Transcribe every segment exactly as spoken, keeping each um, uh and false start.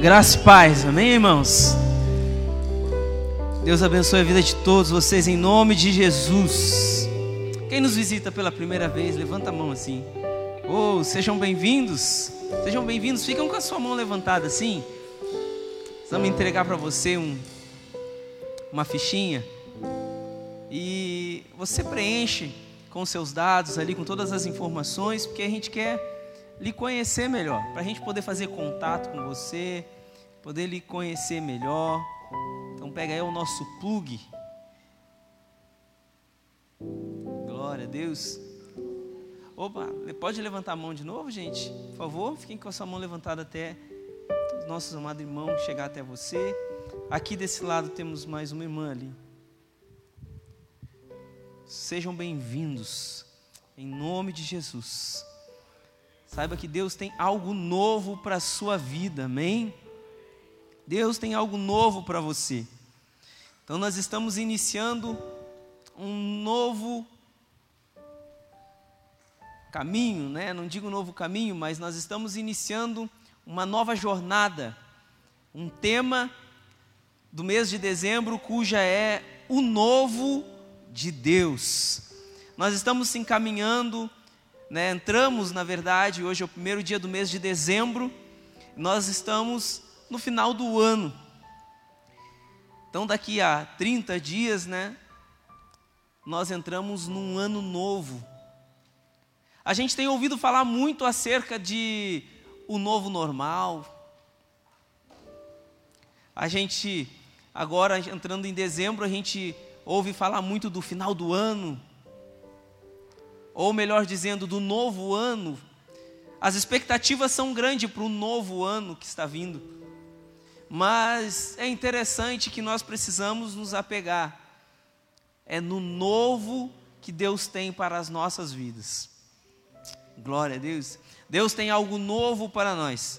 Graça e paz, amém, irmãos? Deus abençoe a vida de todos vocês em nome de Jesus. Quem nos visita pela primeira vez, levanta a mão assim. Oh, sejam bem-vindos. Sejam bem-vindos, ficam com a sua mão levantada assim. Vamos entregar para você um, uma fichinha. E você preenche com seus dados ali, com todas as informações, porque a gente quer lhe conhecer melhor, para a gente poder fazer contato com você, poder lhe conhecer melhor. Então pega aí o nosso plug. Glória a Deus. Opa, pode levantar a mão de novo, gente? Por favor, fiquem com a sua mão levantada até os nossos amados irmãos chegar até você. Aqui desse lado temos mais uma irmã ali. Sejam bem-vindos, em nome de Jesus. Saiba que Deus tem algo novo para a sua vida, amém? Deus tem algo novo para você. Então nós estamos iniciando um novo caminho, né? Não digo novo caminho, mas nós estamos iniciando uma nova jornada. Um tema do mês de dezembro, cuja é o novo de Deus. Nós estamos se encaminhando, né? Entramos, na verdade, hoje é o primeiro dia do mês de dezembro. Nós estamos no final do ano. Então daqui a trinta dias, né, nós entramos num ano novo. A gente tem ouvido falar muito acerca de o novo normal. A gente, agora entrando em dezembro, a gente ouve falar muito do final do ano, ou melhor dizendo, do novo ano. As expectativas são grandes para o novo ano que está vindo. Mas é interessante que nós precisamos nos apegar. É no novo que Deus tem para as nossas vidas. Glória a Deus. Deus tem algo novo para nós.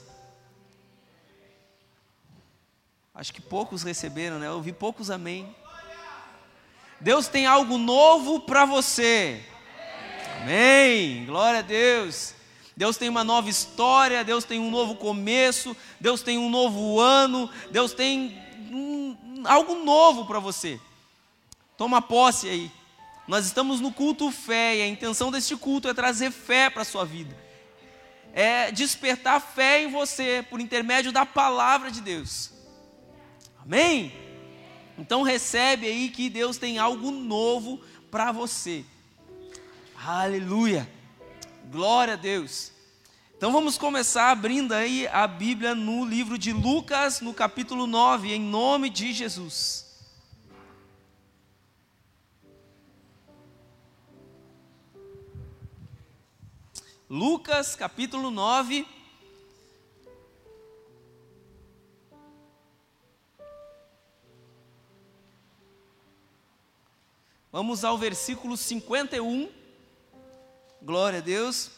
Acho que poucos receberam, né? Eu ouvi poucos amém. Deus tem algo novo para você. Amém. Glória a Deus. Deus tem uma nova história, Deus tem um novo começo, Deus tem um novo ano, Deus tem um, algo novo para você. Toma posse aí. Nós estamos no culto fé, e a intenção deste culto é trazer fé para a sua vida. É despertar fé em você, por intermédio da palavra de Deus. Amém? Então recebe aí que Deus tem algo novo para você. Aleluia. Glória a Deus. Então vamos começar abrindo aí a Bíblia no livro de Lucas, no capítulo nove, em nome de Jesus. Lucas, capítulo nove. Vamos ao versículo cinquenta e um. Glória a Deus.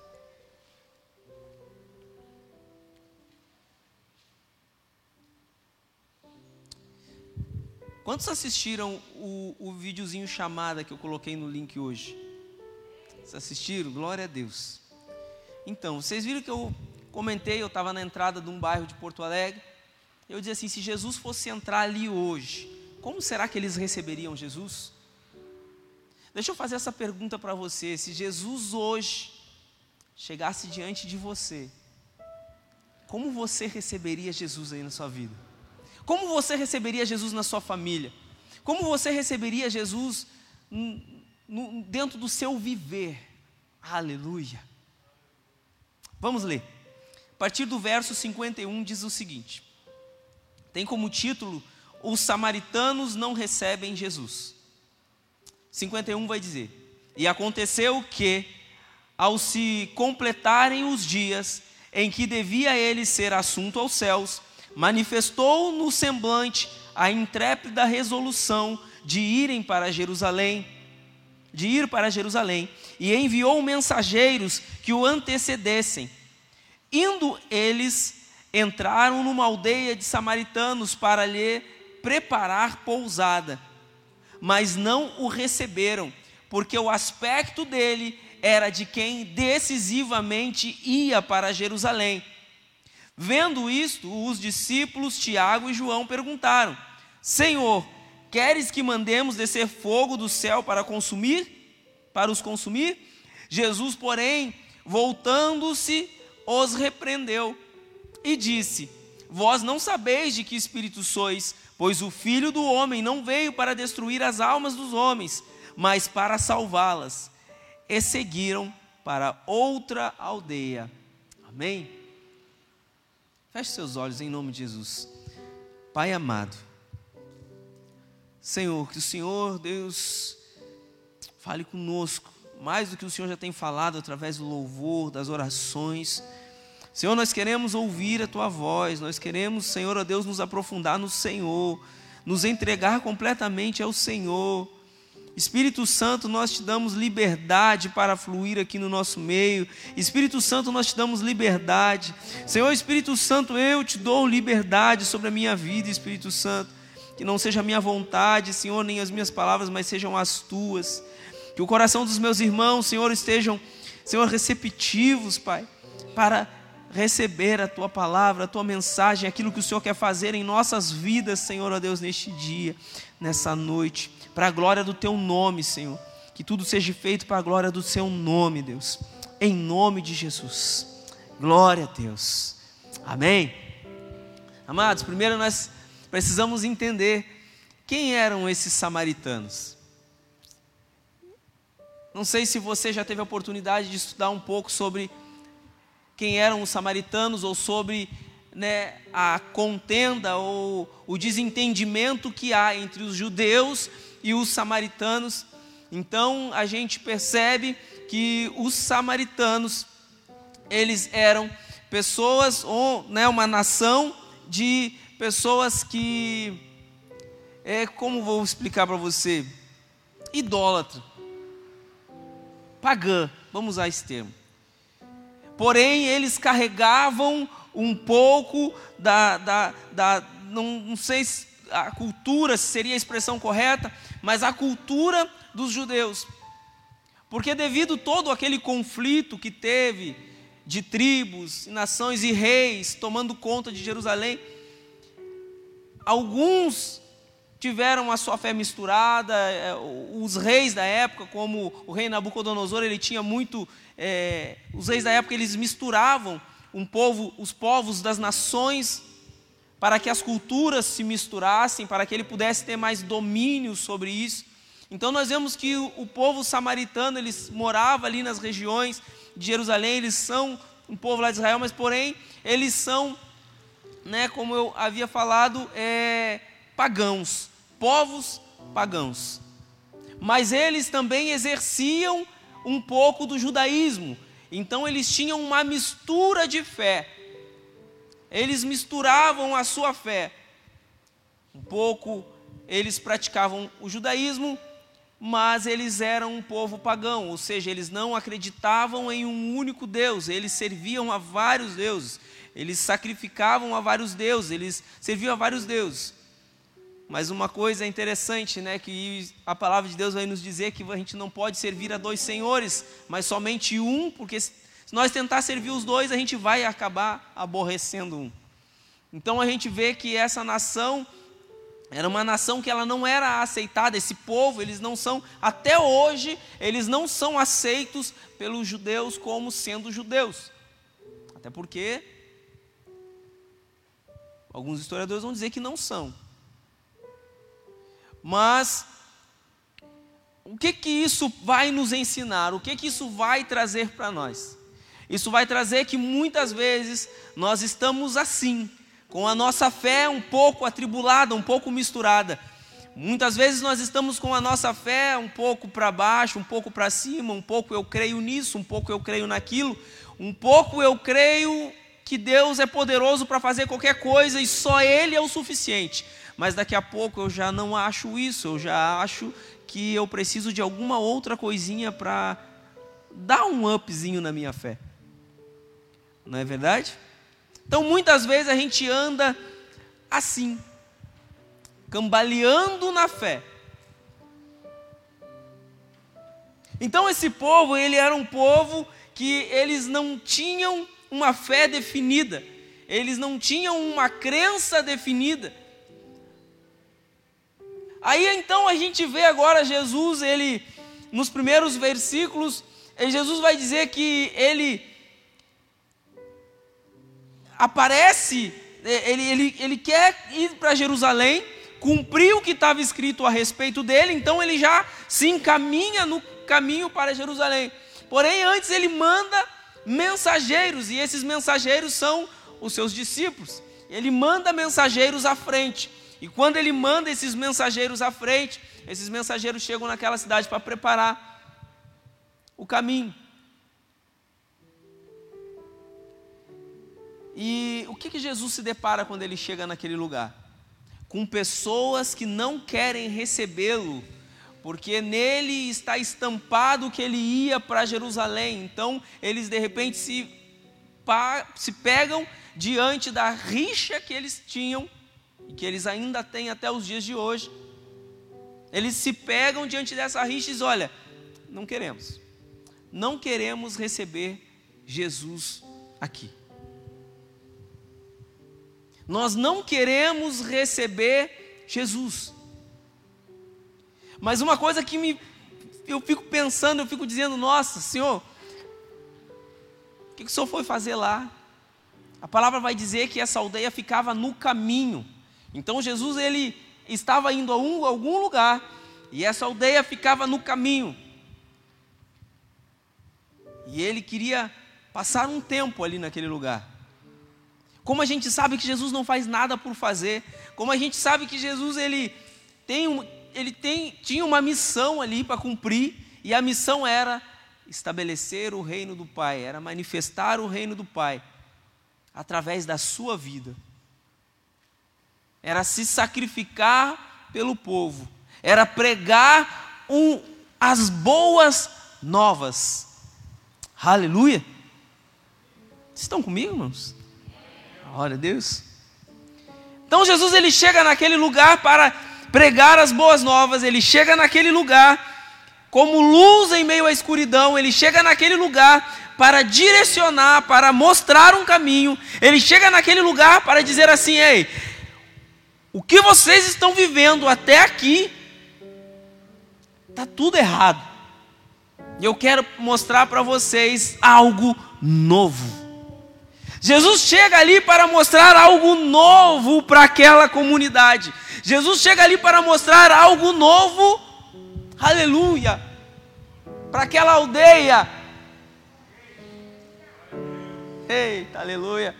Quantos assistiram o, o videozinho chamada que eu coloquei no link hoje? Vocês assistiram? Glória a Deus. Então, vocês viram que eu comentei, eu estava na entrada de um bairro de Porto Alegre. Eu dizia assim, se Jesus fosse entrar ali hoje, como será que eles receberiam Jesus? Deixa eu fazer essa pergunta para você. Se Jesus hoje chegasse diante de você, como você receberia Jesus aí na sua vida? Como você receberia Jesus na sua família? Como você receberia Jesus no, dentro do seu viver? Aleluia. Vamos ler. A partir do verso cinquenta e um diz o seguinte. Tem como título, os samaritanos não recebem Jesus. cinquenta e um vai dizer, e aconteceu que, ao se completarem os dias em que devia ele ser assunto aos céus, manifestou no semblante a intrépida resolução de irem para Jerusalém, de ir para Jerusalém, e enviou mensageiros que o antecedessem. Indo eles, entraram numa aldeia de samaritanos para lhe preparar pousada. Mas não o receberam, porque o aspecto dele era de quem decisivamente ia para Jerusalém. Vendo isto, os discípulos Tiago e João perguntaram: Senhor, queres que mandemos descer fogo do céu para consumir, para os consumir? Jesus, porém, voltando-se, os repreendeu e disse: Vós não sabeis de que espírito sois, pois o Filho do Homem não veio para destruir as almas dos homens, mas para salvá-las. E seguiram para outra aldeia. Amém? Feche seus olhos em nome de Jesus. Pai amado, Senhor, que o Senhor, Deus, fale conosco, mais do que o Senhor já tem falado através do louvor, das orações. Senhor, nós queremos ouvir a Tua voz, nós queremos, Senhor, ó Deus, nos aprofundar no Senhor, nos entregar completamente ao Senhor. Espírito Santo, nós te damos liberdade para fluir aqui no nosso meio. Espírito Santo, nós te damos liberdade. Senhor, Espírito Santo, eu te dou liberdade sobre a minha vida, Espírito Santo. Que não seja a minha vontade, Senhor, nem as minhas palavras, mas sejam as Tuas. Que o coração dos meus irmãos, Senhor, estejam, Senhor, receptivos, Pai, para receber a Tua palavra, a Tua mensagem, aquilo que o Senhor quer fazer em nossas vidas, Senhor, ó Deus, neste dia, nessa noite, para a glória do Teu nome, Senhor. Que tudo seja feito para a glória do Seu nome, Deus. Em nome de Jesus. Glória a Deus. Amém? Amados, primeiro nós precisamos entender quem eram esses samaritanos. Não sei se você já teve a oportunidade de estudar um pouco sobre quem eram os samaritanos, ou sobre, né, a contenda ou o desentendimento que há entre os judeus e os samaritanos. Então a gente percebe que os samaritanos, eles eram pessoas, ou, né, uma nação de pessoas que, é, como vou explicar para você, idólatra, pagã, vamos usar esse termo. Porém, eles carregavam um pouco da, da, da não, não sei se a cultura seria a expressão correta, mas a cultura dos judeus. Porque devido todo aquele conflito que teve de tribos, nações e reis tomando conta de Jerusalém, alguns tiveram a sua fé misturada. Os reis da época, como o rei Nabucodonosor, ele tinha muito, é, os reis da época, eles misturavam um povo, os povos das nações, para que as culturas se misturassem, para que ele pudesse ter mais domínio sobre isso. Então nós vemos que o, o povo samaritano, eles moravam ali nas regiões de Jerusalém, eles são um povo lá de Israel, mas porém, eles são, né, como eu havia falado, é, pagãos, povos pagãos. Mas eles também exerciam um pouco do judaísmo. Então eles tinham uma mistura de fé. Eles misturavam a sua fé. Um pouco eles praticavam o judaísmo, mas eles eram um povo pagão, ou seja, eles não acreditavam em um único Deus, eles serviam a vários deuses, eles sacrificavam a vários deuses, eles serviam a vários deuses. Mas uma coisa interessante, né, que a palavra de Deus vai nos dizer que a gente não pode servir a dois senhores, mas somente um, porque se nós tentar servir os dois, a gente vai acabar aborrecendo um. Então a gente vê que essa nação era uma nação que ela não era aceitada, esse povo, eles não são, até hoje, eles não são aceitos pelos judeus como sendo judeus. Até porque alguns historiadores vão dizer que não são. Mas o que que isso vai nos ensinar? O que que isso vai trazer para nós? Isso vai trazer que muitas vezes nós estamos assim, com a nossa fé um pouco atribulada, um pouco misturada. Muitas vezes nós estamos com a nossa fé um pouco para baixo, um pouco para cima, um pouco eu creio nisso, um pouco eu creio naquilo, um pouco eu creio que Deus é poderoso para fazer qualquer coisa e só Ele é o suficiente. Mas daqui a pouco eu já não acho isso, eu já acho que eu preciso de alguma outra coisinha para dar um upzinho na minha fé. Não é verdade? Então muitas vezes a gente anda assim, cambaleando na fé. Então esse povo, ele era um povo que eles não tinham uma fé definida. eles não tinham uma crença definida. Aí então a gente vê agora Jesus, ele, nos primeiros versículos, Jesus vai dizer que ele aparece, ele, ele, ele quer ir para Jerusalém, cumprir o que estava escrito a respeito dele, então ele já se encaminha no caminho para Jerusalém. Porém, antes ele manda mensageiros, e esses mensageiros são os seus discípulos. Ele manda mensageiros à frente, e quando ele manda esses mensageiros à frente, esses mensageiros chegam naquela cidade para preparar o caminho. E o que que Jesus se depara quando ele chega naquele lugar? Com pessoas que não querem recebê-lo, porque nele está estampado que ele ia para Jerusalém. Então eles de repente se, se pegam diante da rixa que eles tinham, e que eles ainda têm até os dias de hoje. Eles se pegam diante dessa rixa e dizem: olha, não queremos, não queremos receber Jesus aqui. Nós não queremos receber Jesus. Mas uma coisa que me, eu fico pensando, eu fico dizendo: nossa, Senhor, o que, que o Senhor foi fazer lá? A palavra vai dizer que essa aldeia ficava no caminho. Então Jesus, ele estava indo a, um, a algum lugar, e essa aldeia ficava no caminho. E ele queria passar um tempo ali naquele lugar. Como a gente sabe que Jesus não faz nada por fazer, como a gente sabe que Jesus, ele tem um... ele tem, tinha uma missão ali para cumprir, e a missão era estabelecer o reino do Pai, era manifestar o reino do Pai, através da sua vida, era se sacrificar pelo povo, era pregar um, as boas novas. Aleluia! Vocês estão comigo, irmãos? Glória a Deus. Então Jesus, ele chega naquele lugar para pregar as boas novas, ele chega naquele lugar como luz em meio à escuridão, ele chega naquele lugar para direcionar, para mostrar um caminho, ele chega naquele lugar para dizer assim: ei, o que vocês estão vivendo até aqui, está tudo errado, e eu quero mostrar para vocês algo novo. Jesus chega ali para mostrar algo novo para aquela comunidade. Jesus chega ali para mostrar algo novo, aleluia, para aquela aldeia. Eita, aleluia.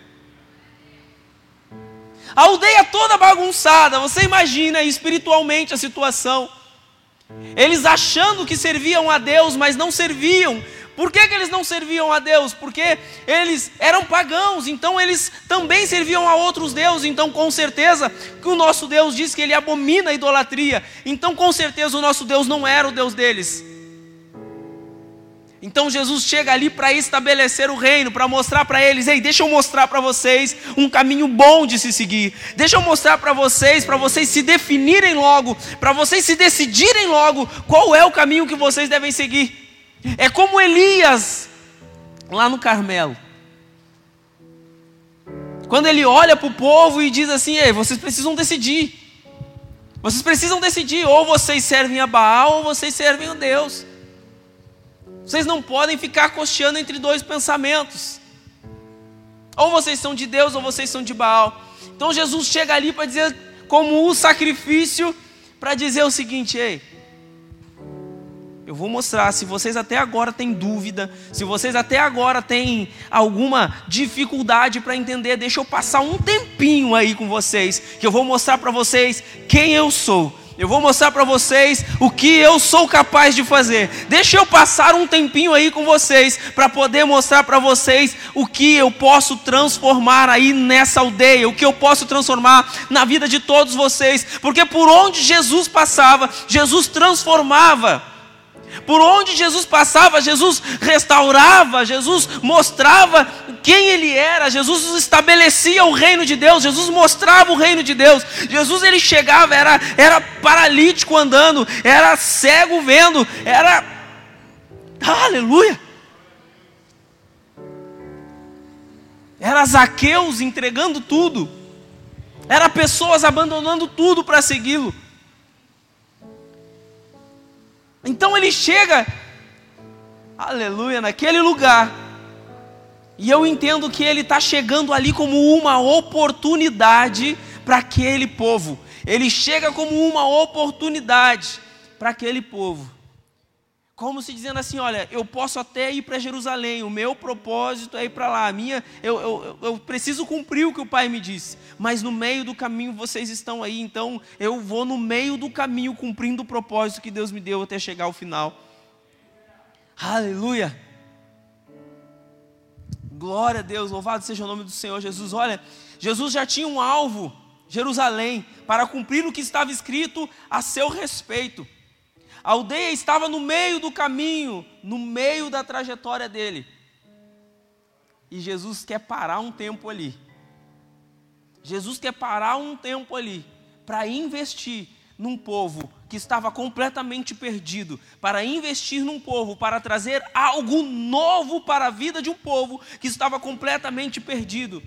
A aldeia toda bagunçada, você imagina espiritualmente a situação. Eles achando que serviam a Deus, mas não serviam. Por que que eles não serviam a Deus? Porque eles eram pagãos, então eles também serviam a outros deuses. Então com certeza que o nosso Deus diz que ele abomina a idolatria, então com certeza o nosso Deus não era o Deus deles. Então Jesus chega ali para estabelecer o reino, para mostrar para eles: ei, deixa eu mostrar para vocês um caminho bom de se seguir, deixa eu mostrar para vocês, para vocês se definirem logo, para vocês se decidirem logo qual é o caminho que vocês devem seguir. É como Elias, lá no Carmelo, quando ele olha para o povo e diz assim: ei, vocês precisam decidir, vocês precisam decidir, ou vocês servem a Baal, ou vocês servem a Deus. Vocês não podem ficar cocheando entre dois pensamentos, ou vocês são de Deus, ou vocês são de Baal. Então Jesus chega ali para dizer, como o sacrifício, para dizer o seguinte: ei, eu vou mostrar, se vocês até agora têm dúvida, se vocês até agora têm alguma dificuldade para entender, deixa eu passar um tempinho aí com vocês, que eu vou mostrar para vocês quem eu sou. Eu vou mostrar para vocês o que eu sou capaz de fazer. Deixa eu passar um tempinho aí com vocês, para poder mostrar para vocês o que eu posso transformar aí nessa aldeia, o que eu posso transformar na vida de todos vocês. Porque por onde Jesus passava, Jesus transformava. Por onde Jesus passava, Jesus restaurava, Jesus mostrava quem Ele era, Jesus estabelecia o reino de Deus, Jesus mostrava o reino de Deus. Jesus, ele chegava, era, era paralítico andando, era cego vendo, era... Aleluia! Era Zaqueus entregando tudo. Era pessoas abandonando tudo para segui-lo. Então ele chega, aleluia, naquele lugar. E eu entendo que ele está chegando ali como uma oportunidade para aquele povo. Ele chega como uma oportunidade para aquele povo. Como se dizendo assim, olha, eu posso até ir para Jerusalém, o meu propósito é ir para lá, a minha, eu, eu, eu preciso cumprir o que o Pai me disse, mas no meio do caminho vocês estão aí, então eu vou no meio do caminho cumprindo o propósito que Deus me deu até chegar ao final. Aleluia! Glória a Deus, louvado seja o nome do Senhor Jesus. Olha, Jesus já tinha um alvo, Jerusalém, para cumprir o que estava escrito a seu respeito. A aldeia estava no meio do caminho, no meio da trajetória dele. E Jesus quer parar um tempo ali. Jesus quer parar um tempo ali para investir num povo que estava completamente perdido, para investir num povo, para trazer algo novo para a vida de um povo que estava completamente perdido.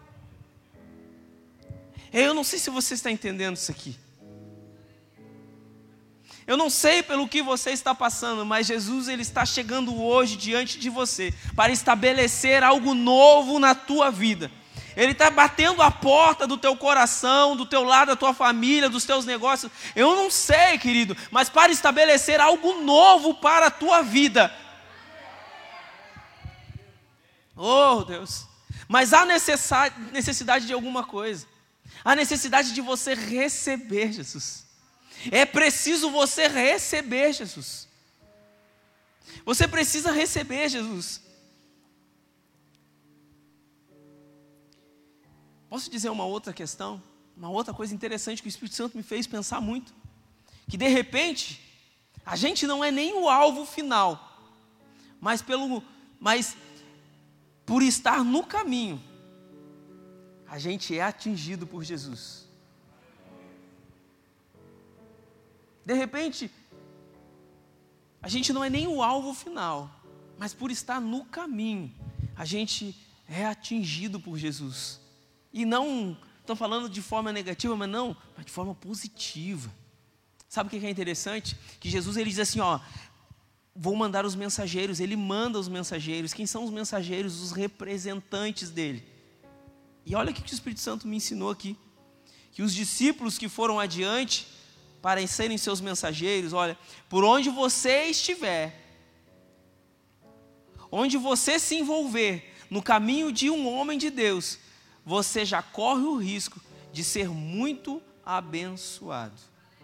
Eu não sei se você está entendendo isso aqui. Eu não sei pelo que você está passando, mas Jesus ele está chegando hoje diante de você para estabelecer algo novo na tua vida. Ele está batendo a porta do teu coração, do teu lado, da tua família, dos teus negócios. Eu não sei, querido, mas para estabelecer algo novo para a tua vida. Oh, Deus. Mas há necessidade de alguma coisa. Há necessidade de você receber Jesus. É preciso você receber Jesus. Você precisa receber Jesus. Posso dizer uma outra questão? Uma outra coisa interessante que o Espírito Santo me fez pensar muito. Que de repente, a gente não é nem o alvo final. Mas, pelo, mas por estar no caminho, a gente é atingido por Jesus. De repente, a gente não é nem o alvo final, mas por estar no caminho, a gente é atingido por Jesus. E não, estou falando de forma negativa, mas não, mas de forma positiva. Sabe o que é interessante? Que Jesus ele diz assim, ó, vou mandar os mensageiros, ele manda os mensageiros. Quem são os mensageiros? Os representantes dele. E olha o que o Espírito Santo me ensinou aqui, que os discípulos que foram adiante, para serem seus mensageiros, olha, por onde você estiver, onde você se envolver no caminho de um homem de Deus, você já corre o risco de ser muito abençoado.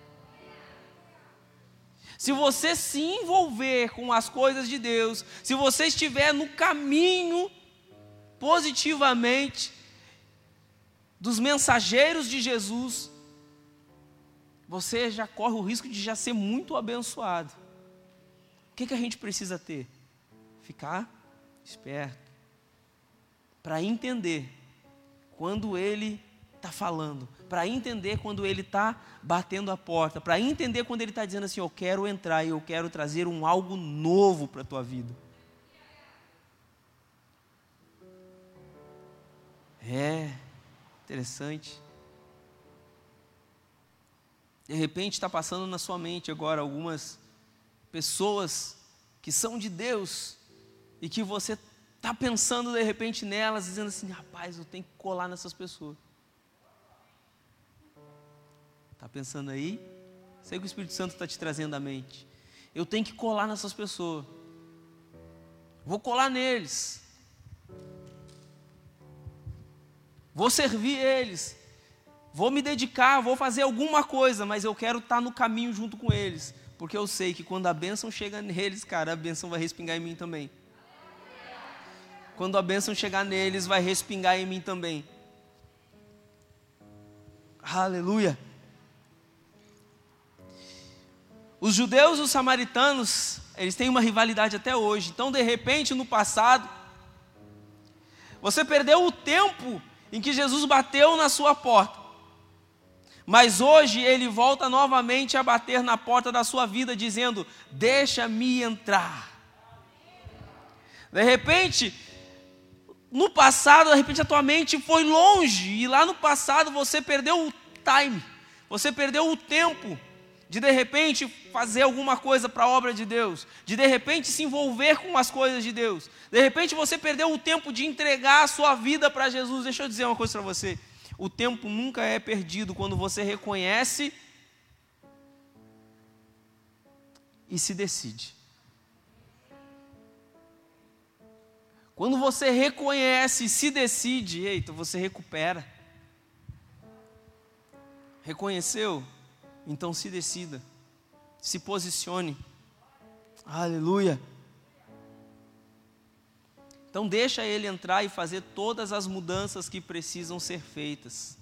Se você se envolver com as coisas de Deus, se você estiver no caminho positivamente dos mensageiros de Jesus, você já corre o risco de já ser muito abençoado. O que, que a gente precisa ter? Ficar esperto. Para entender quando Ele está falando. Para entender quando Ele está batendo a porta. Para entender quando Ele está dizendo assim, eu quero entrar e eu quero trazer um algo novo para a tua vida. É interessante. De repente está passando na sua mente agora algumas pessoas que são de Deus e que você está pensando de repente nelas, dizendo assim, rapaz, eu tenho que colar nessas pessoas. Está pensando aí? Sei que o Espírito Santo está te trazendo à mente. Eu tenho que colar nessas pessoas. Vou colar neles. Vou servir eles. Vou me dedicar, vou fazer alguma coisa, mas eu quero estar no caminho junto com eles. Porque eu sei que quando a bênção chega neles, cara, a bênção vai respingar em mim também. Quando a bênção chegar neles, vai respingar em mim também. Aleluia. Os judeus e os samaritanos, eles têm uma rivalidade até hoje. Então, de repente, no passado, você perdeu o tempo em que Jesus bateu na sua porta. Mas hoje Ele volta novamente a bater na porta da sua vida, dizendo, deixa-me entrar. De repente, No passado, de repente a tua mente foi longe, e lá no passado você perdeu o time, você perdeu o tempo de de repente fazer alguma coisa para a obra de Deus, de de repente se envolver com as coisas de Deus. De repente você perdeu o tempo de entregar a sua vida para Jesus. Deixa eu dizer uma coisa para você: o tempo nunca é perdido quando você reconhece e se decide. Quando você reconhece e se decide, eita, você recupera. Reconheceu? Então se decida, se posicione. Aleluia. Então deixa ele entrar e fazer todas as mudanças que precisam ser feitas.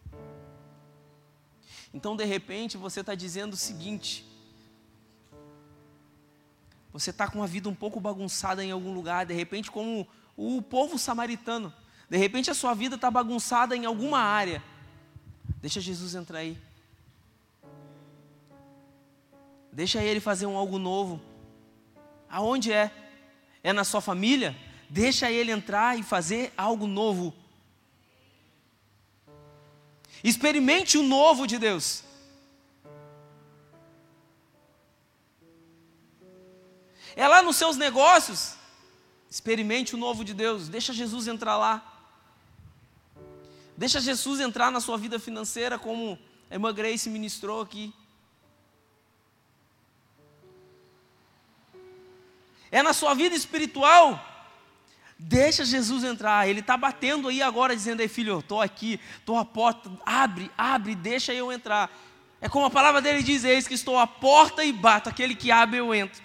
Então de repente você está dizendo o seguinte: você está com uma vida um pouco bagunçada em algum lugar, de repente como o povo samaritano, de repente a sua vida está bagunçada em alguma área. Deixa Jesus entrar aí. Deixa ele fazer um algo novo. Aonde é? É na sua família? Deixa ele entrar e fazer algo novo. Experimente o novo de Deus. É lá nos seus negócios. Experimente o novo de Deus. Deixa Jesus entrar lá. Deixa Jesus entrar na sua vida financeira, como a irmã Grace ministrou aqui. É na sua vida espiritual. Deixa Jesus entrar. Ele está batendo aí agora, dizendo: ei filho, eu estou aqui, estou à porta, abre, abre, deixa eu entrar. É como a palavra dele diz: eis que estou à porta e bato, aquele que abre eu entro.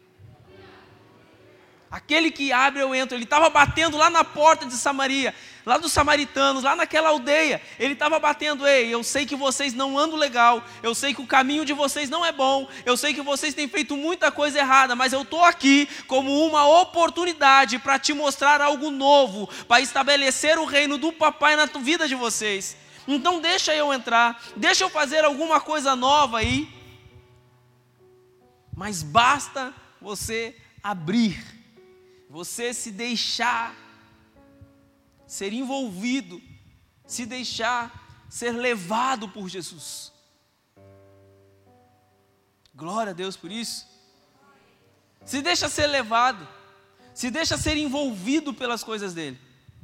Aquele que abre eu entro. Ele estava batendo lá na porta de Samaria, lá dos samaritanos, lá naquela aldeia. Ele estava batendo: ei, eu sei que vocês não andam legal, eu sei que o caminho de vocês não é bom, eu sei que vocês têm feito muita coisa errada, mas eu estou aqui como uma oportunidade para te mostrar algo novo, para estabelecer o reino do papai na vida de vocês. Então deixa eu entrar, deixa eu fazer alguma coisa nova aí, mas basta você abrir, você se deixar ser envolvido, se deixar ser levado por Jesus. Glória a Deus por isso. Se deixa ser levado, se deixa ser envolvido pelas coisas dele.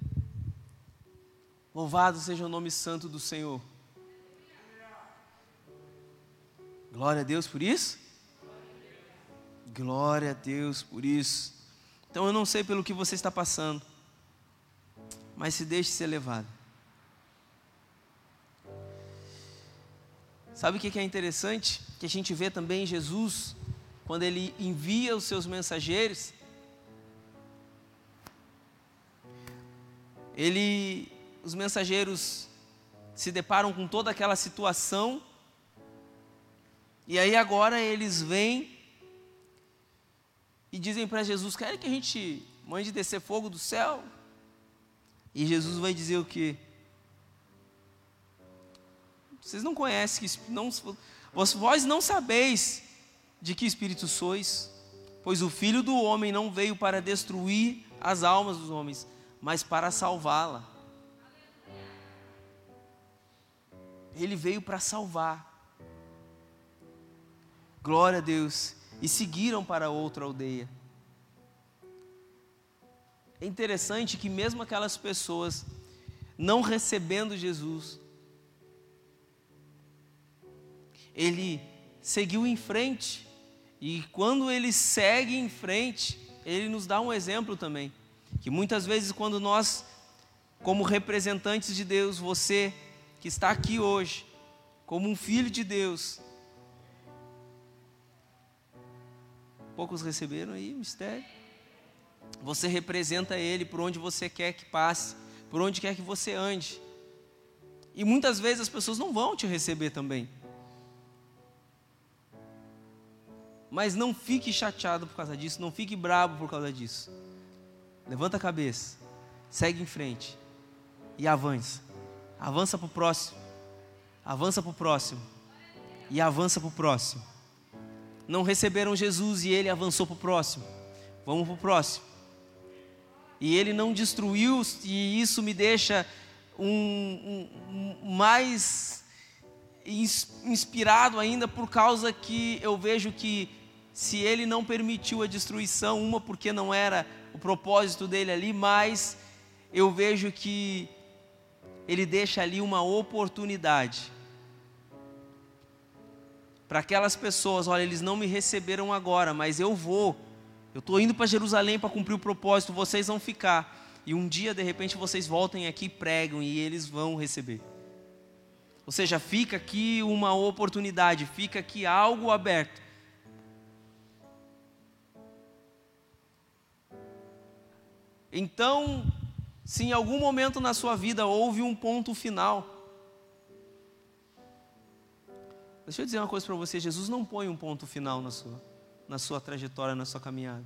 Louvado seja o nome santo do Senhor. Glória a Deus por isso. Glória a Deus por isso. Então eu não sei pelo que você está passando, mas se deixe ser levado. Sabe o que é interessante? Que a gente vê também Jesus, quando ele envia os seus mensageiros, ele, os mensageiros se deparam com toda aquela situação, e aí agora eles vêm e dizem para Jesus: querem que a gente mande descer fogo do céu? E Jesus vai dizer o quê? Vocês não conhecem, não, vós não sabeis de que espírito sois, pois o Filho do Homem não veio para destruir as almas dos homens, mas para salvá-la. Ele veio para salvar. Glória a Deus. E seguiram para outra aldeia. É interessante que mesmo aquelas pessoas não recebendo Jesus, ele seguiu em frente. E quando ele segue em frente, ele nos dá um exemplo também. Que muitas vezes quando nós, como representantes de Deus, você que está aqui hoje, como um filho de Deus, poucos receberam aí o mistério. Você representa Ele por onde você quer que passe, por onde quer que você ande. E muitas vezes as pessoas não vão te receber também. Mas não fique chateado por causa disso, não fique bravo por causa disso. Levanta a cabeça, segue em frente e avança. Avança para o próximo, avança para o próximo e avança para o próximo. Não receberam Jesus e ele avançou para o próximo. Vamos para o próximo. e Ele não destruiu, e isso me deixa um, um, um mais inspirado ainda, por causa que eu vejo que se Ele não permitiu a destruição, uma porque não era o propósito dele ali, mas eu vejo que Ele deixa ali uma oportunidade para aquelas pessoas. Olha, eles não me receberam agora, mas eu vou, eu estou indo para Jerusalém para cumprir o propósito, vocês vão ficar, e um dia de repente vocês voltem aqui e pregam, e eles vão receber. Ou seja, fica aqui uma oportunidade, fica aqui algo aberto. Então, se em algum momento na sua vida houve um ponto final, deixa eu dizer uma coisa para você, Jesus não põe um ponto final na sua, na sua trajetória, na sua caminhada.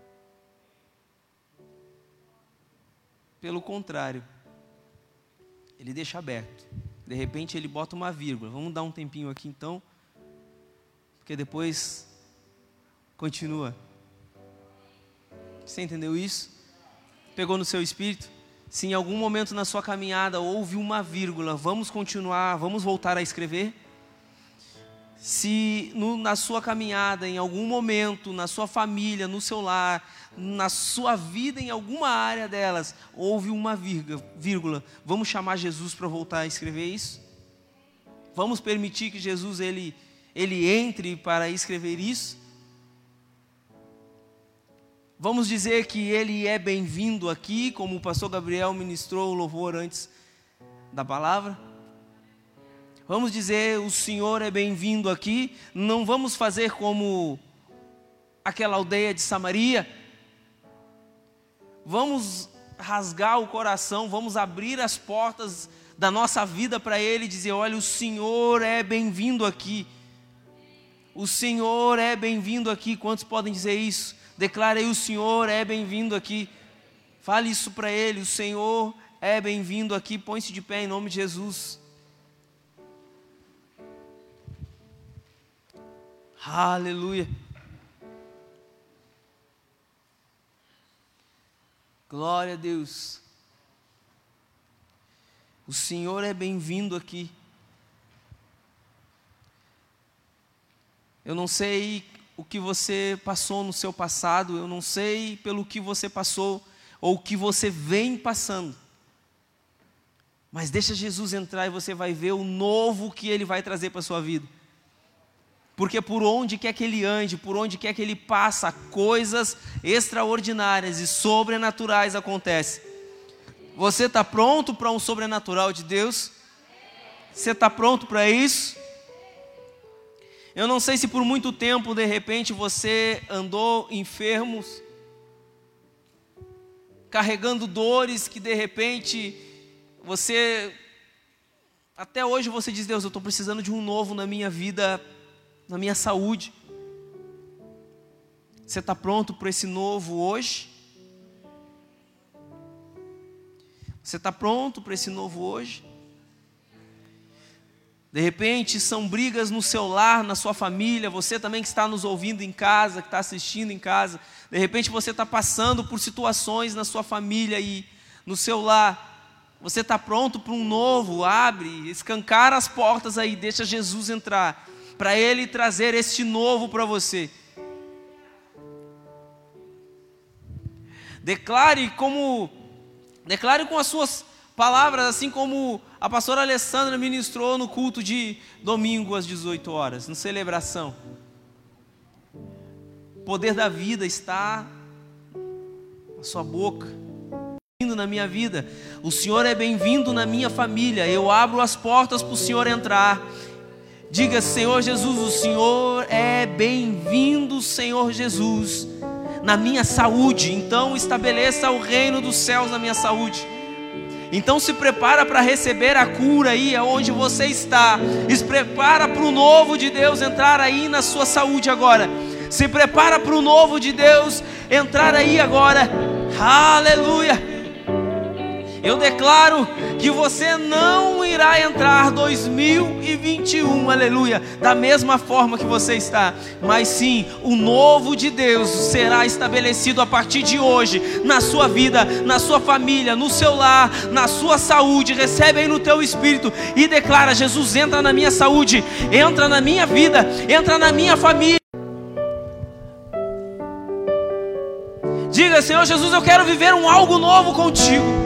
Pelo contrário, Ele deixa aberto. De repente Ele bota uma vírgula. Vamos dar um tempinho aqui então, porque depois continua. Você entendeu isso? Pegou no seu espírito? Se em algum momento na sua caminhada houve uma vírgula, vamos continuar, vamos voltar a escrever? Se no, na sua caminhada, em algum momento, na sua família, no seu lar, na sua vida, em alguma área delas, houve uma vírgula, vamos chamar Jesus para voltar a escrever isso? Vamos permitir que Jesus ele, ele entre para escrever isso? Vamos dizer que Ele é bem-vindo aqui, como o pastor Gabriel ministrou o louvor antes da palavra? Vamos dizer, o Senhor é bem-vindo aqui? Não vamos fazer como aquela aldeia de Samaria? Vamos rasgar o coração, vamos abrir as portas da nossa vida para Ele e dizer, olha, o Senhor é bem-vindo aqui. O Senhor é bem-vindo aqui. Quantos podem dizer isso? Declare aí, o Senhor é bem-vindo aqui. Fale isso para Ele, o Senhor é bem-vindo aqui. Põe-se de pé em nome de Jesus. Aleluia. Glória a Deus. O Senhor é bem-vindo aqui. Eu não sei o que você passou no seu passado, eu não sei pelo que você passou, ou o que você vem passando. Mas deixa Jesus entrar e você vai ver o novo que Ele vai trazer para a sua vida. Porque por onde quer que Ele ande, por onde quer que Ele passa, coisas extraordinárias e sobrenaturais acontecem. Você está pronto para um sobrenatural de Deus? Você está pronto para isso? Eu não sei se por muito tempo, de repente, você andou enfermo, carregando dores que de repente, você, até hoje você diz, Deus, eu estou precisando de um novo na minha vida, na minha saúde. Você está pronto para esse novo hoje? Você está pronto para esse novo hoje? De repente são brigas no seu lar, na sua família, você também que está nos ouvindo em casa, que está assistindo em casa, de repente você está passando por situações na sua família e no seu lar, você está pronto para um novo, abre, escancara as portas aí, deixa Jesus entrar, para Ele trazer este novo para você. Declare como, declare com as suas palavras, assim como a pastora Alessandra ministrou no culto de domingo às dezoito horas, na celebração. O poder da vida está na sua boca. Bem-vindo na minha vida. O Senhor é bem-vindo na minha família. Eu abro as portas para o Senhor entrar. Diga, Senhor Jesus, o Senhor é bem-vindo, Senhor Jesus, na minha saúde. Então estabeleça o reino dos céus na minha saúde. Então se prepara para receber a cura aí onde você está. Se prepara para o novo de Deus entrar aí na sua saúde agora. Se prepara para o novo de Deus entrar aí agora. Aleluia. Eu declaro que você não irá entrar dois mil e vinte e um, aleluia, da mesma forma que você está, mas sim, o novo de Deus será estabelecido a partir de hoje, na sua vida, na sua família, no seu lar, na sua saúde. Recebe aí no teu espírito e declara: Jesus, entra na minha saúde, entra na minha vida, entra na minha família. Diga: Senhor Jesus, eu quero viver um algo novo contigo.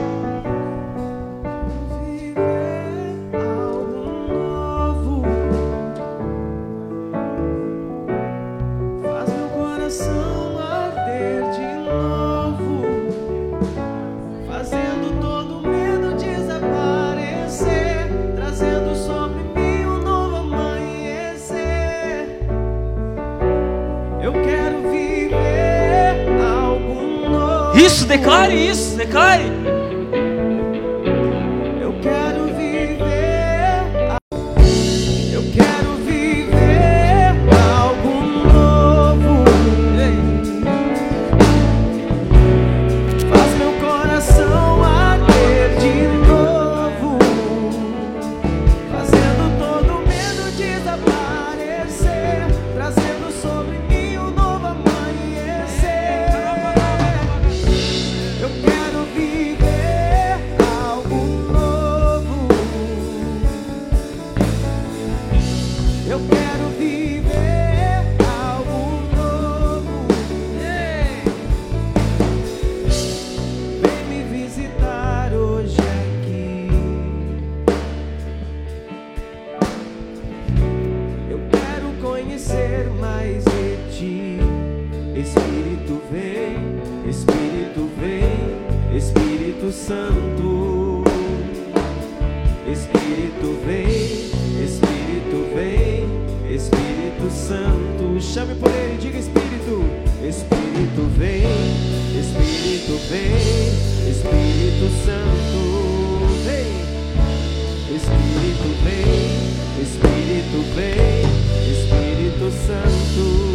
Isso, declare isso, declare. Eu quero viver, eu quero viver algo novo. Faz meu coração arder de novo, fazendo todo medo desaparecer, trazendo sobre mim um novo amanhecer. Eu quero viver algo novo. Eu quero viver algo novo. Vem me visitar hoje aqui. Eu quero conhecer mais de ti. Espírito vem, Espírito vem, Espírito Santo. Espírito vem, Espírito vem, Espírito Santo. Chame por ele, diga: Espírito. Espírito vem, Espírito vem, Espírito Santo. Vem. Espírito vem, Espírito vem, Espírito Santo.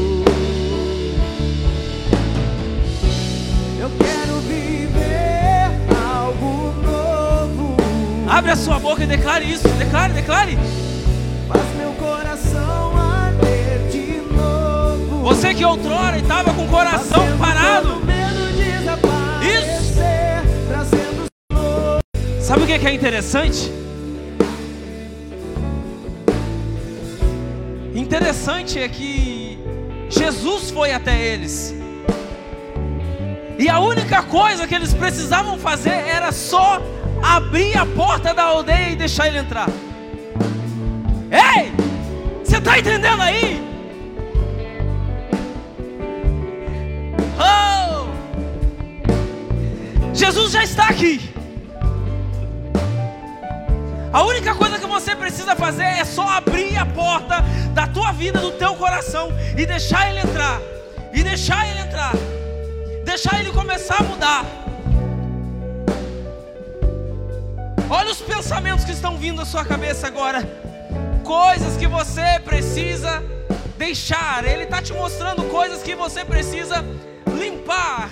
Eu quero viver algo novo. Abre a sua boca e declare isso. Declare, declare. Faz meu coração arder de novo. Você que outrora estava com o coração Fazendo parado. todo medo desaparecer, trazendo novo. Sabe o que é interessante? Interessante é que Jesus foi até eles. E a única coisa que eles precisavam fazer era só abrir a porta da aldeia e deixar ele entrar. Ei! Você está entendendo aí? Oh! Jesus já está aqui. A única coisa que você precisa fazer é só abrir a porta da tua vida, do teu coração, e deixar ele entrar. E deixar ele entrar. Deixar ele começar a mudar. Olha os pensamentos que estão vindo à sua cabeça agora. Coisas que você precisa deixar. Ele está te mostrando coisas que você precisa limpar.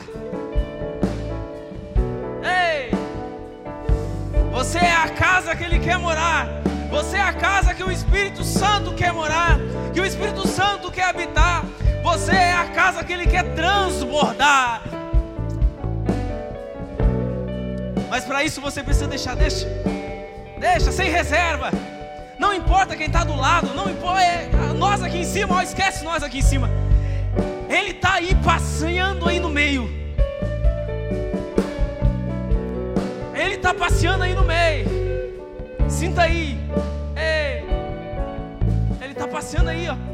Ei! Você é a casa que ele quer morar. Você é a casa que o Espírito Santo quer morar, que o Espírito Santo quer habitar. Você é a casa que ele quer transbordar. Mas para isso você precisa deixar, deixa, deixa, sem reserva. Não importa quem está do lado, não importa, é, nós aqui em cima, ó, esquece nós aqui em cima. Ele está aí passeando aí no meio. Ele está passeando aí no meio. Sinta aí. Ei. Ele está passeando aí, ó.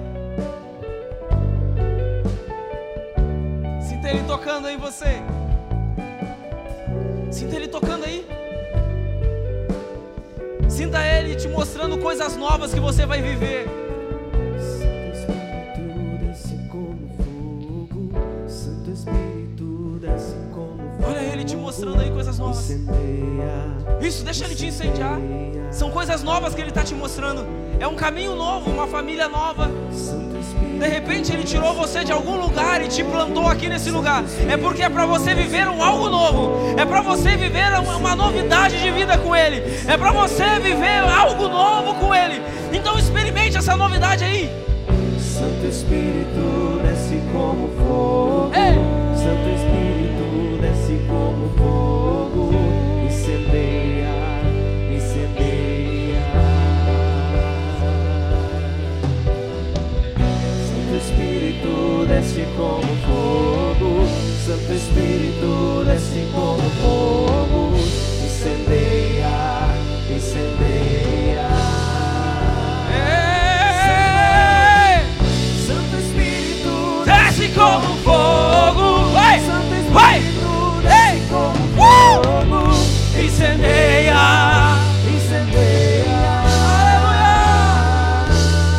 Sinta ele tocando aí em você. Sinta ele tocando aí. Sinta ele te mostrando coisas novas que você vai viver. Santo Espírito desce como fogo. Santo Espírito desce como fogo. Olha ele te mostrando aí coisas novas. Isso, deixa Ele te incendiar. São coisas novas que Ele está te mostrando. É um caminho novo, uma família nova. De repente Ele tirou você de algum lugar e te plantou aqui nesse lugar. É porque é para você viver um algo novo. É para você viver uma novidade de vida com Ele. É para você viver algo novo com Ele. Então experimente essa novidade aí. Santo Espírito desce como fogo. Ei. Santo Espírito desce como fogo. Incendeia, incendeia. Santo Espírito desce como fogo. Santo Espírito desce como fogo. Incendeia, incendeia. Como fogo, vai, vai, ei, como fogo, incendeia, incendeia, aleluia.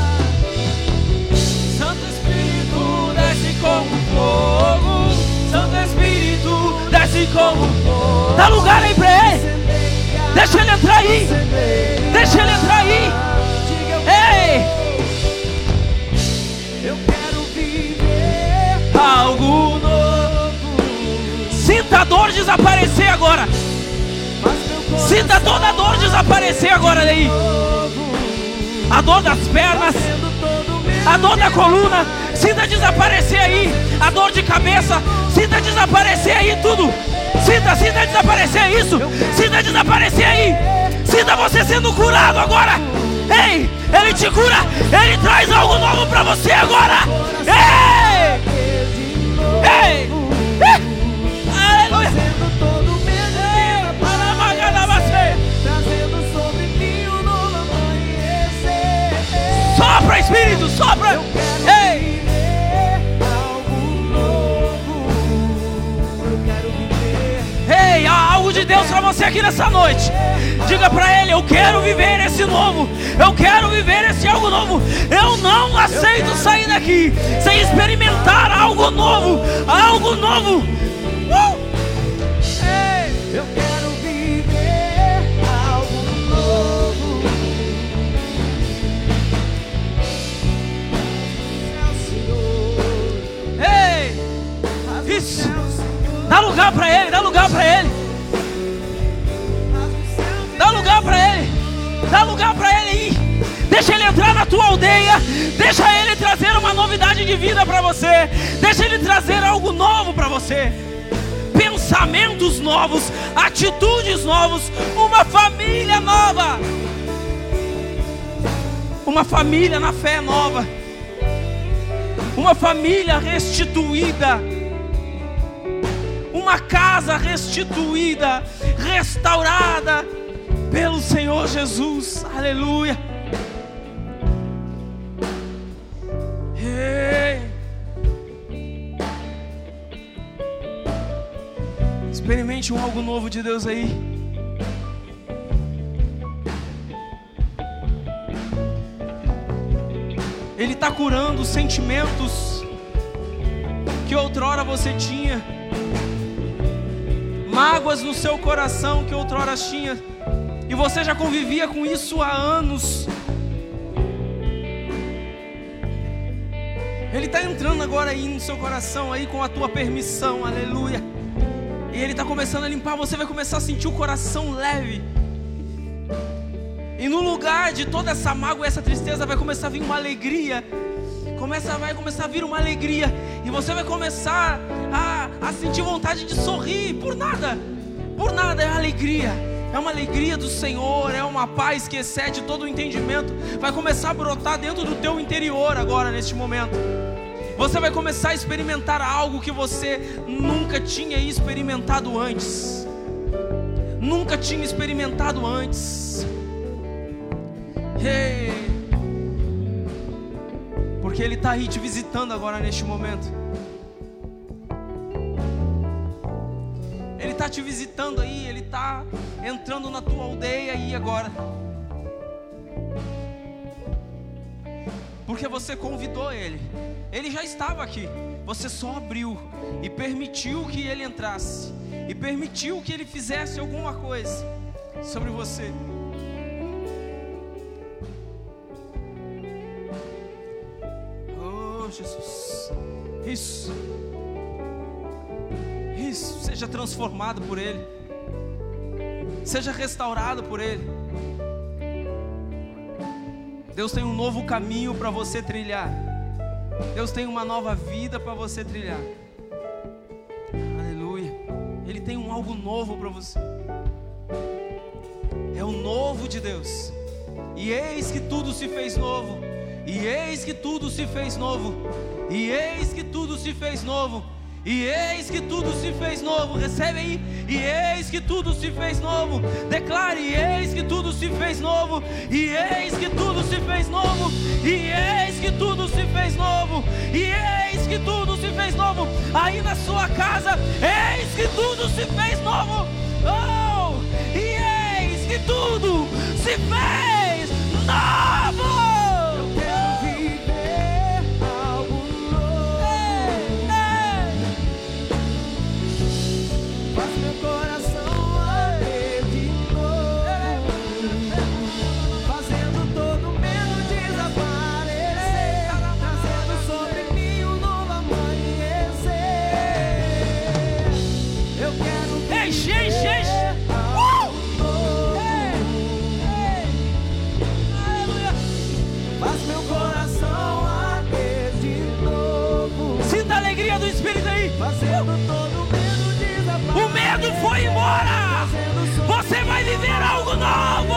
Santo Espírito desce como fogo, Santo Espírito desce como fogo. Dá lugar aí pra Ele, deixa Ele entrar aí, deixa Ele entrar aí, ei. Algo novo. Sinta a dor desaparecer agora. Sinta toda a dor desaparecer agora daí. A dor das pernas, a dor da coluna, sinta desaparecer aí. A dor de cabeça, sinta desaparecer aí tudo. Sinta, sinta desaparecer isso. Sinta desaparecer aí. Sinta você sendo curado agora. Ei, Ele te cura. Ele traz algo novo pra você agora. Ei! Ei! Aleluia! Trazendo sobre mim o novo amanhecer. Sopra, Espírito, sopra! Ei! Algo novo. Eu quero viver. Ei, há algo de Deus pra você aqui nessa noite. Diga pra Ele, eu quero viver esse novo. Eu quero viver esse algo novo. Eu não aceito sair daqui sem experimentar algo novo. Algo novo. Uh! Ei, eu quero viver algo novo. Ei! Isso! Dá lugar pra Ele, dá lugar pra Ele. Dá lugar pra Ele. Dá lugar pra Ele aí. Deixa Ele entrar na tua aldeia. Deixa Ele trazer uma novidade de vida pra você. Deixa Ele trazer algo novo pra você. Pensamentos novos, atitudes novos, uma família nova. Uma família na fé nova. Uma família restituída. Uma casa restituída, restaurada pelo Senhor Jesus. Aleluia. Ei. Experimente um algo novo de Deus aí. Ele está curando os sentimentos que outrora você tinha, mágoas no seu coração que outrora tinha, e você já convivia com isso há anos. Ele está entrando agora aí no seu coração aí com a tua permissão, aleluia. E Ele está começando a limpar, você vai começar a sentir o coração leve. E no lugar de toda essa mágoa e essa tristeza vai começar a vir uma alegria. Começa, vai começar a vir uma alegria. E você vai começar a, a sentir vontade de sorrir. Por nada, por nada, é alegria. É uma alegria do Senhor, é uma paz que excede todo o entendimento. Vai começar a brotar dentro do teu interior agora, neste momento. Você vai começar a experimentar algo que você nunca tinha experimentado antes. Nunca tinha experimentado antes. Hey. Porque Ele está aí te visitando agora neste momento. Ele está te visitando aí, Ele está entrando na tua aldeia aí agora. Porque você convidou Ele. Ele já estava aqui. Você só abriu e permitiu que Ele entrasse. e permitiu que Ele fizesse alguma coisa sobre você. Oh, Jesus. Isso. Isso. Seja transformado por Ele. Seja restaurado por Ele. Deus tem um novo caminho para você trilhar. Deus tem uma nova vida para você trilhar. Aleluia. Ele tem um algo novo para você. É o novo de Deus. E eis que tudo se fez novo. E eis que tudo se fez novo. E eis que tudo se fez novo. E eis que tudo se fez novo. Recebe aí. E eis que tudo se fez novo. Declare: e eis que tudo se fez novo. E eis que tudo se fez novo. E eis que tudo se fez novo. E eis que tudo se fez novo. Aí na sua casa, eis que tudo se fez novo. Oh! E eis que tudo se fez novo. O medo foi embora. Você vai viver algo novo.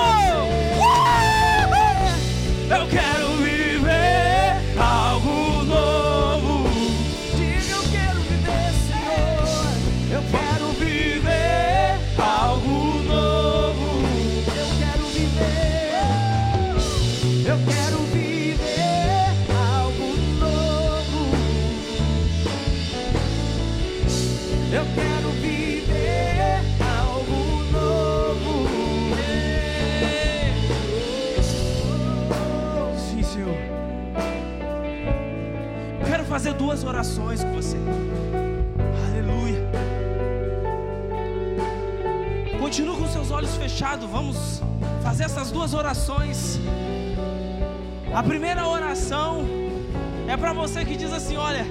Eu quero viver algo novo. Diga: eu quero viver, Senhor. Eu quero viver algo novo. Eu quero viver. Eu quero viver algo novo. Eu quero viver algo novo. Sim, Senhor. Eu quero fazer duas orações com você. Aleluia. Continua com seus olhos fechados. Vamos fazer essas duas orações. A primeira oração é para você que diz assim: olha,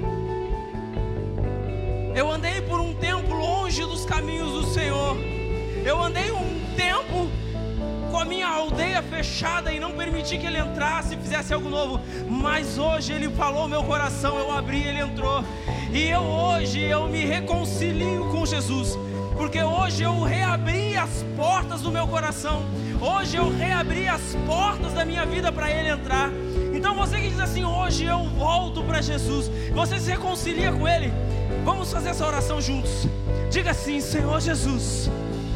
eu andei por um tempo longe dos caminhos do Senhor. Eu andei um tempo com a minha aldeia fechada e não permiti que Ele entrasse e fizesse algo novo. Mas hoje Ele falou meu coração, eu abri, Ele entrou. E eu hoje eu me reconcilio com Jesus, porque hoje eu reabri as portas do meu coração. Hoje eu reabri as portas da minha vida para Ele entrar. Então você que diz assim: hoje eu volto para Jesus, você se reconcilia com Ele. Vamos fazer essa oração juntos. Diga assim: Senhor Jesus,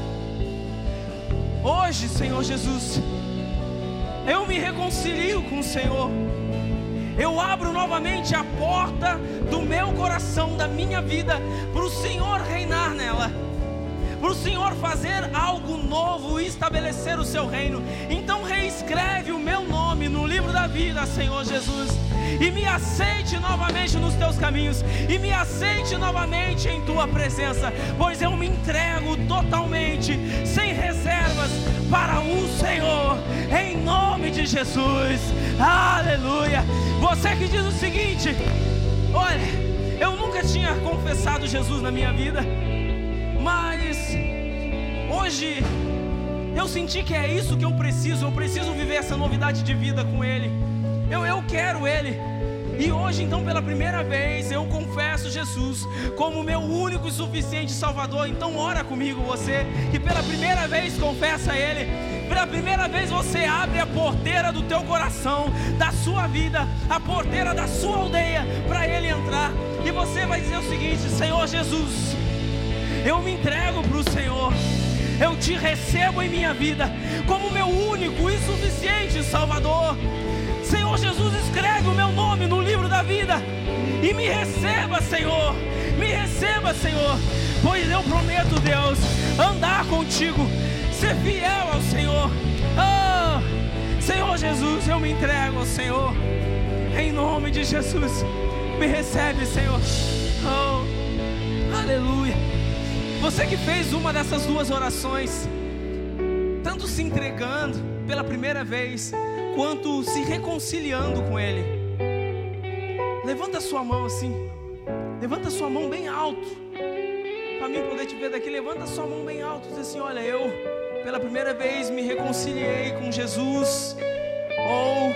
hoje, Senhor Jesus, eu me reconcilio com o Senhor. Eu abro novamente a porta do meu coração, da minha vida, para o Senhor reinar nela, para o Senhor fazer algo novo e estabelecer o seu reino. Então reescreve o meu nome no livro da vida, Senhor Jesus, e me aceite novamente nos teus caminhos, e me aceite novamente em tua presença, pois eu me entrego totalmente, sem reservas, para o Senhor, em nome de Jesus. Aleluia. Você que diz o seguinte: olha, eu nunca tinha confessado Jesus na minha vida, mas hoje eu senti que é isso que eu preciso. Eu preciso viver essa novidade de vida com Ele. Eu, eu quero Ele. E hoje, então, pela primeira vez, eu confesso Jesus como meu único e suficiente Salvador. Então ora comigo, você que pela primeira vez confessa Ele. Pela primeira vez você abre a porteira do teu coração, da sua vida, a porteira da sua aldeia, para Ele entrar. E você vai dizer o seguinte: Senhor Jesus, eu me entrego para o Senhor. Eu te recebo em minha vida como meu único e suficiente Salvador. Senhor Jesus, escreve o meu nome no livro da vida e me receba, Senhor. Me receba, Senhor, pois eu prometo, Deus, andar contigo, ser fiel ao Senhor. Oh, Senhor Jesus, eu me entrego ao Senhor, em nome de Jesus. Me recebe, Senhor. Oh, aleluia. Você que fez uma dessas duas orações, tanto se entregando pela primeira vez, quanto se reconciliando com Ele, levanta a sua mão assim, levanta a sua mão bem alto, para mim poder te ver daqui. Levanta a sua mão bem alto, diz assim: olha, eu pela primeira vez me reconciliei com Jesus. Ou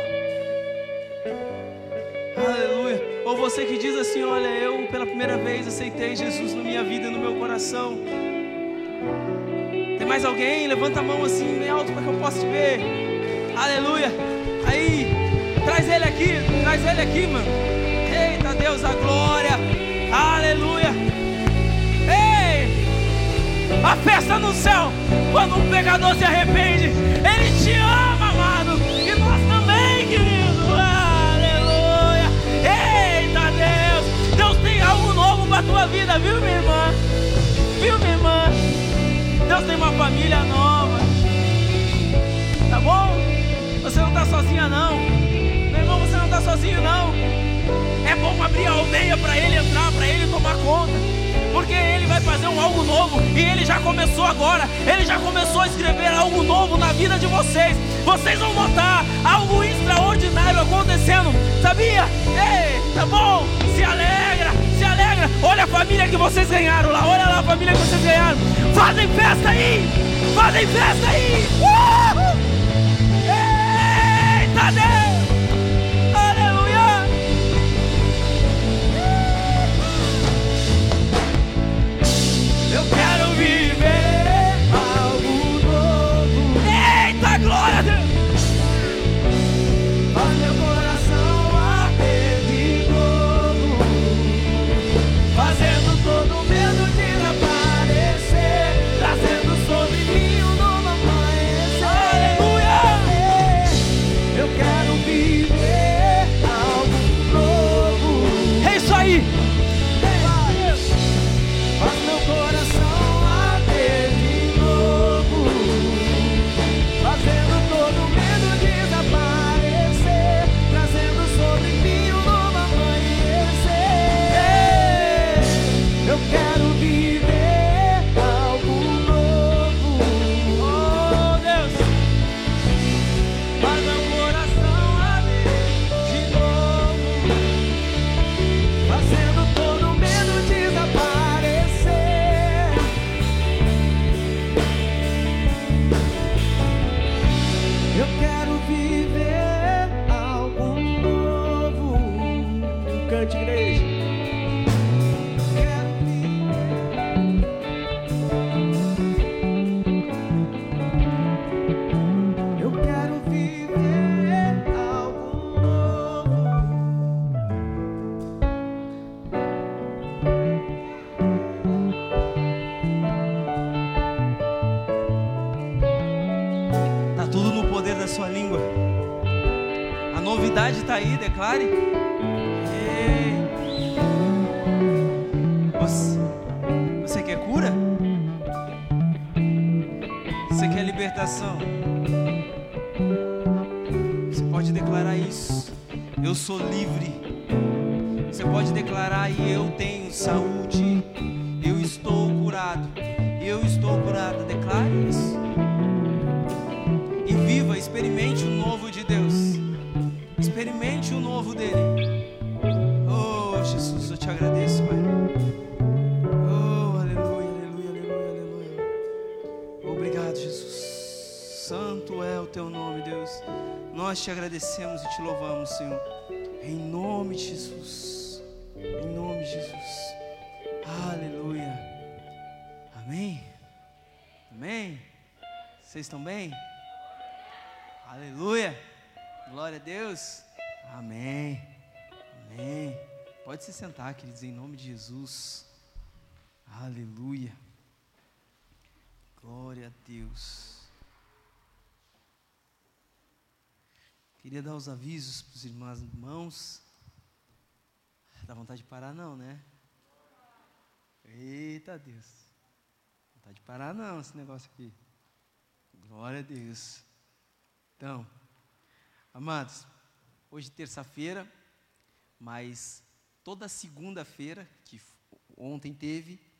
aleluia. Ou você que diz assim: olha, eu pela primeira vez aceitei Jesus na minha vida e no meu coração. Tem mais alguém? Levanta a mão assim bem alto para que eu possa te ver. Aleluia. Aí, traz ele aqui, traz ele aqui, mano. Eita Deus, a glória. Aleluia. Ei, a festa no céu, quando um pecador se arrepende. Ele te ama, amado, e nós também, querido. Aleluia. Eita Deus, Deus tem algo novo para a tua vida, viu, minha irmã? Viu, minha irmã? Deus tem uma família nova. Tá bom? Você não está sozinha não. Meu irmão, você não está sozinho não. É bom abrir a aldeia para Ele entrar, para Ele tomar conta, porque Ele vai fazer um algo novo. E Ele já começou agora. Ele já começou a escrever algo novo na vida de vocês. Vocês vão notar algo extraordinário acontecendo. Sabia? Ei, tá bom? Se alegra, se alegra. Olha a família que vocês ganharam lá. Olha lá a família que vocês ganharam. Fazem festa aí. Fazem festa aí. Uhul! Eita Deus! Aleluia! Eu quero viver algo novo. Eita, glória a Deus! Faz meu coração arder de novo, fazendo todo medo desaparecer, trazendo sobre mim um novo amanhecer. Aleluia! Eu quero viver algo novo. É isso aí! Faz meu coração arder de novo, fazendo todo medo desaparecer, trazendo sobre mim um novo amanhecer. Eu quero viver algo novo. Oh Deus, faz meu coração arder de novo, fazendo todo medo desaparecer. Eu quero viver algo novo. Cante, igreja. Quero viver. Eu quero viver algo novo. Tá tudo no poder da sua língua. A novidade está aí, declare. Ei. Você, você quer cura? Você quer libertação? Você pode declarar isso. Eu sou livre. Você pode declarar: e eu tenho saúde. Eu estou curado. Eu estou curada. Declare isso. E viva, experimente o novo de Deus. Experimente o novo dele. Oh Jesus, eu te agradeço, Pai. Oh, aleluia, aleluia, aleluia, aleluia. Obrigado, Jesus. Santo é o teu nome, Deus. Nós te agradecemos e te louvamos, Senhor. Em nome de Jesus. Em nome de Jesus. Aleluia. Amém. Amém. Vocês estão bem? Aleluia. Glória a Deus. Amém. Amém. Pode se sentar, queridos, em nome de Jesus. Aleluia. Glória a Deus. Queria dar os avisos para os irmãos e irmãos. Dá vontade de parar não, né? Eita Deus. Não vontade de parar não, esse negócio aqui. Glória a Deus. Então, amados, hoje é terça-feira, mas toda segunda-feira, que ontem teve,